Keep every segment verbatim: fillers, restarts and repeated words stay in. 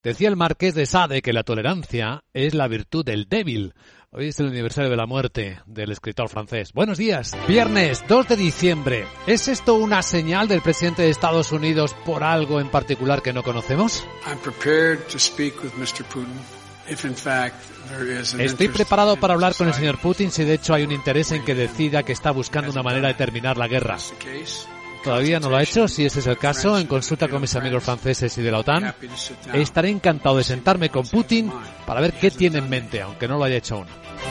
Decía el marqués de Sade que la tolerancia es la virtud del débil. Hoy es el aniversario de la muerte del escritor francés. Buenos días. Viernes dos de diciembre. ¿Es esto una señal del presidente de Estados Unidos por algo en particular que no conocemos? Estoy preparado para hablar con el señor Putin si de hecho hay un interés en que decida que está buscando una manera de terminar la guerra. Todavía no lo ha hecho. Si ese es el caso, en consulta con mis amigos franceses y de la OTAN, estaré encantado de sentarme con Putin para ver qué tiene en mente, aunque no lo haya hecho aún.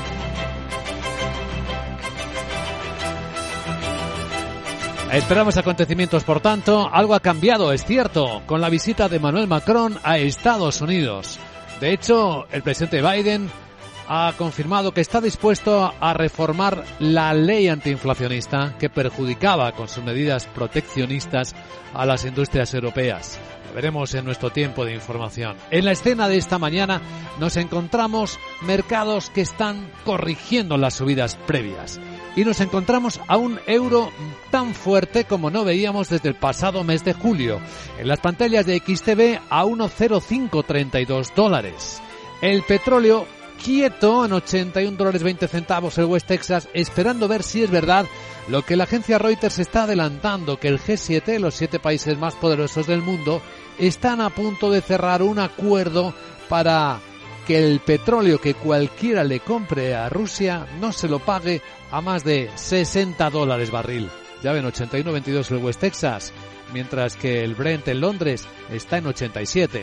Esperamos acontecimientos, por tanto. Algo ha cambiado, es cierto, con la visita de Emmanuel Macron a Estados Unidos. De hecho, el presidente Biden ha confirmado que está dispuesto a reformar la ley antiinflacionista que perjudicaba con sus medidas proteccionistas a las industrias europeas. Lo veremos en nuestro tiempo de información. En la escena de esta mañana nos encontramos mercados que están corrigiendo las subidas previas. Y nos encontramos a un euro tan fuerte como no veíamos desde el pasado mes de julio. En las pantallas de X T V a uno coma cero cinco treinta y dos dólares. El petróleo quieto en ochenta y un dólares veinte centavos el West Texas, esperando ver si es verdad lo que la agencia Reuters está adelantando, que el G siete, los siete países más poderosos del mundo, están a punto de cerrar un acuerdo para que el petróleo que cualquiera le compre a Rusia no se lo pague a más de sesenta dólares barril. Ya ven, ochenta y uno veintidós el West Texas, mientras que el Brent en Londres está en ochenta y siete.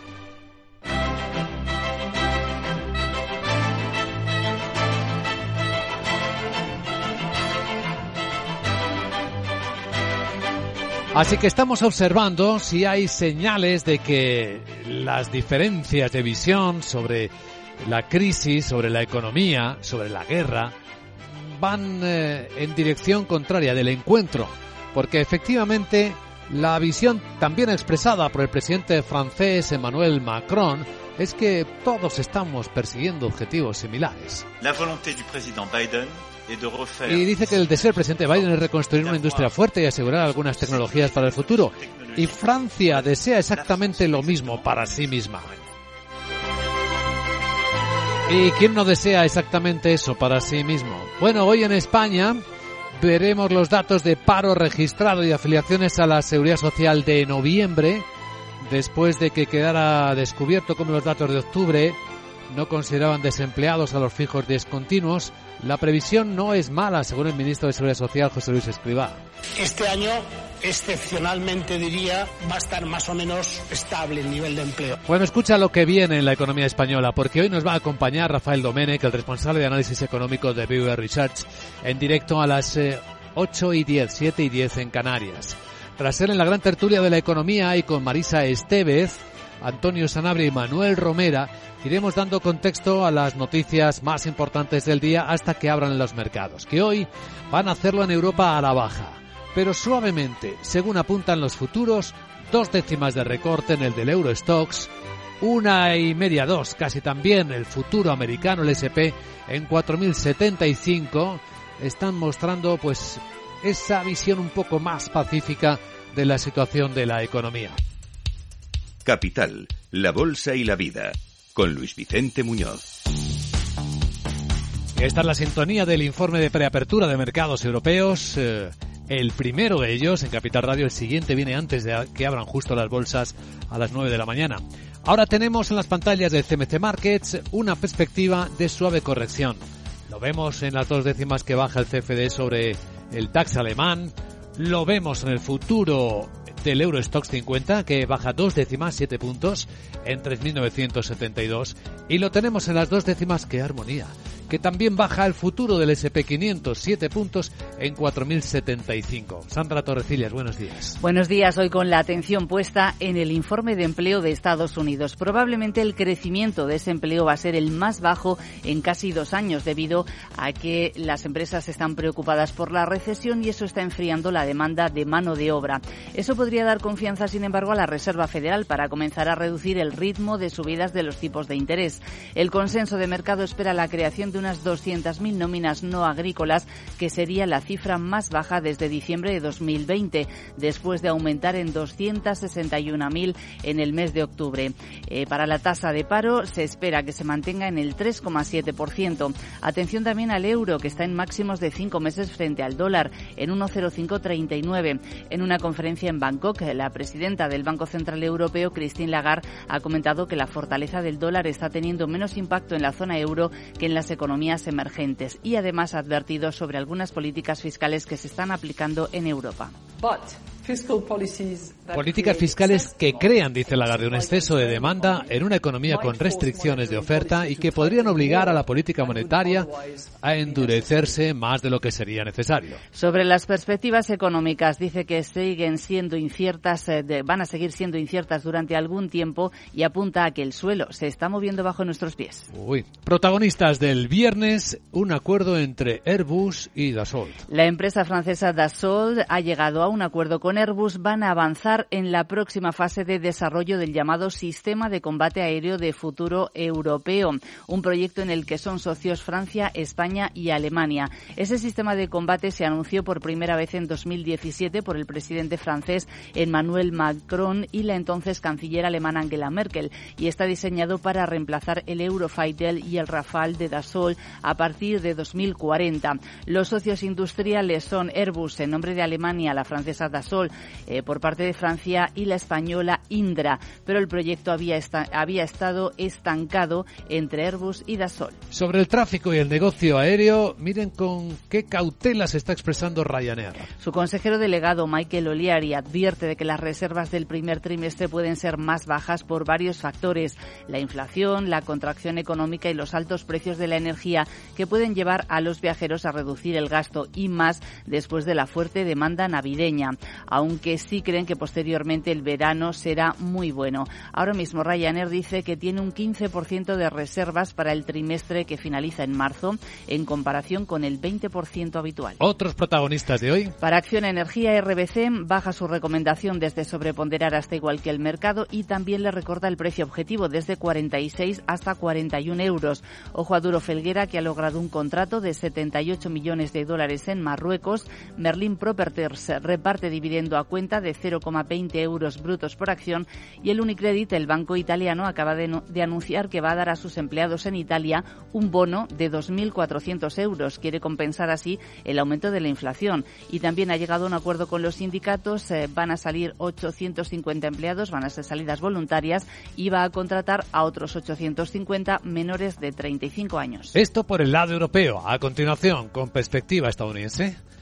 Así que estamos observando si hay señales de que las diferencias de visión sobre la crisis, sobre la economía, sobre la guerra, van eh, en dirección contraria del encuentro. Porque efectivamente la visión también expresada por el presidente francés Emmanuel Macron es que todos estamos persiguiendo objetivos similares. La voluntad del presidente Biden. Y dice que el deseo del presidente Biden es reconstruir una industria fuerte y asegurar algunas tecnologías para el futuro. Y Francia desea exactamente lo mismo para sí misma. ¿Y quién no desea exactamente eso para sí mismo? Bueno, hoy en España veremos los datos de paro registrado y afiliaciones a la Seguridad Social de noviembre, después de que quedara descubierto como los datos de octubre no consideraban desempleados a los fijos discontinuos. La previsión no es mala, según el ministro de Seguridad Social, José Luis Escrivá. Este año, excepcionalmente diría, va a estar más o menos estable el nivel de empleo. Bueno, escucha lo que viene en la economía española, porque hoy nos va a acompañar Rafael Domènech, el responsable de análisis económico de B W R Research, en directo a las eh, ocho y diez, siete y diez en Canarias. Tras ser en la gran tertulia de la economía y con Marisa Estevez, Antonio Sanabria y Manuel Romera, iremos dando contexto a las noticias más importantes del día hasta que abran los mercados, que hoy van a hacerlo en Europa a la baja, pero suavemente, según apuntan los futuros, dos décimas de recorte en el del Eurostoxx, una y media, dos, casi también el futuro americano, el ese and pe, en cuatro mil setenta y cinco, están mostrando pues esa visión un poco más pacífica de la situación de la economía. Capital, la bolsa y la vida, con Luis Vicente Muñoz. Esta es la sintonía del informe de preapertura de mercados europeos. Eh, el primero de ellos en Capital Radio, el siguiente viene antes de que abran justo las bolsas a las nueve de la mañana. Ahora tenemos en las pantallas de C M C Markets una perspectiva de suave corrección. Lo vemos en las dos décimas que baja el C F D sobre el DAX alemán. Lo vemos en el futuro del Eurostoxx cincuenta, que baja dos décimas, siete puntos, en tres mil novecientos setenta y dos. Y lo tenemos en las dos décimas, ¡qué armonía!, que también baja el futuro del ese and pe quinientos, siete puntos, en cuatro mil setenta y cinco. Sandra Torrecillas, buenos días. Buenos días, hoy con la atención puesta en el informe de empleo de Estados Unidos. Probablemente el crecimiento de ese empleo va a ser el más bajo en casi dos años, debido a que las empresas están preocupadas por la recesión y eso está enfriando la demanda de mano de obra. Eso podría dar confianza, sin embargo, a la Reserva Federal para comenzar a reducir el ritmo de subidas de los tipos de interés. El consenso de mercado espera la creación de de unas doscientas mil nóminas no agrícolas, que sería la cifra más baja desde diciembre de dos mil veinte, después de aumentar en doscientas sesenta y una mil en el mes de octubre. Eh, para la tasa de paro se espera que se mantenga en el tres coma siete por ciento. Atención también al euro, que está en máximos de cinco meses frente al dólar, en uno coma cero cinco treinta y nueve. En una conferencia en Bangkok, la presidenta del Banco Central Europeo, Christine Lagarde, ha comentado que la fortaleza del dólar está teniendo menos impacto en la zona euro que en las economías emergentes, y además ha advertido sobre algunas políticas fiscales que se están aplicando en Europa. Políticas fiscales que crean, dice Lagarde, un exceso de demanda en una economía con restricciones de oferta y que podrían obligar a la política monetaria a endurecerse más de lo que sería necesario. Sobre las perspectivas económicas, dice que siguen siendo inciertas, eh, de, van a seguir siendo inciertas durante algún tiempo, y apunta a que el suelo se está moviendo bajo nuestros pies. Uy. Protagonistas del viernes, un acuerdo entre Airbus y Dassault. La empresa francesa Dassault ha llegado a un acuerdo con Airbus. Van a avanzar en la próxima fase de desarrollo del llamado Sistema de Combate Aéreo de Futuro Europeo, un proyecto en el que son socios Francia, España y Alemania. Ese sistema de combate se anunció por primera vez en dos mil diecisiete por el presidente francés Emmanuel Macron y la entonces canciller alemana Angela Merkel, y está diseñado para reemplazar el Eurofighter y el Rafale de Dassault a partir de dos mil cuarenta. Los socios industriales son Airbus, en nombre de Alemania, la francesa Dassault, eh, por parte de Francia, y la española Indra, pero el proyecto había, esta, había estado estancado entre Airbus y Dassault. Sobre el tráfico y el negocio aéreo, miren con qué cautela se está expresando Ryanair. Su consejero delegado, Michael O'Leary, advierte de que las reservas del primer trimestre pueden ser más bajas por varios factores: la inflación, la contracción económica y los altos precios de la energía, que pueden llevar a los viajeros a reducir el gasto, y más después de la fuerte demanda navideña, aunque sí creen que posteriormente el verano será muy bueno. Ahora mismo Ryanair dice que tiene un quince por ciento de reservas para el trimestre que finaliza en marzo, en comparación con el veinte por ciento habitual. Otros protagonistas de hoy. Para Acciona Energía, R B C baja su recomendación desde sobreponderar hasta igual que el mercado, y también le recorta el precio objetivo desde cuarenta y seis hasta cuarenta y uno euros. Ojo a Duro Felguera, que ha logrado un contrato de setenta y ocho millones de dólares en Marruecos. Merlin Properties reparte dividendo a cuenta de cero coma veinte euros brutos por acción, y el Unicredit, el banco italiano, acaba de, no, de anunciar que va a dar a sus empleados en Italia un bono de dos mil cuatrocientos euros. Quiere compensar así el aumento de la inflación, y también ha llegado a un acuerdo con los sindicatos. Eh, van a salir ochocientos cincuenta empleados, van a ser salidas voluntarias, y va a contratar a otros ochocientos cincuenta menores de treinta y cinco años. Esto por el lado europeo. A continuación, con perspectiva estadounidense.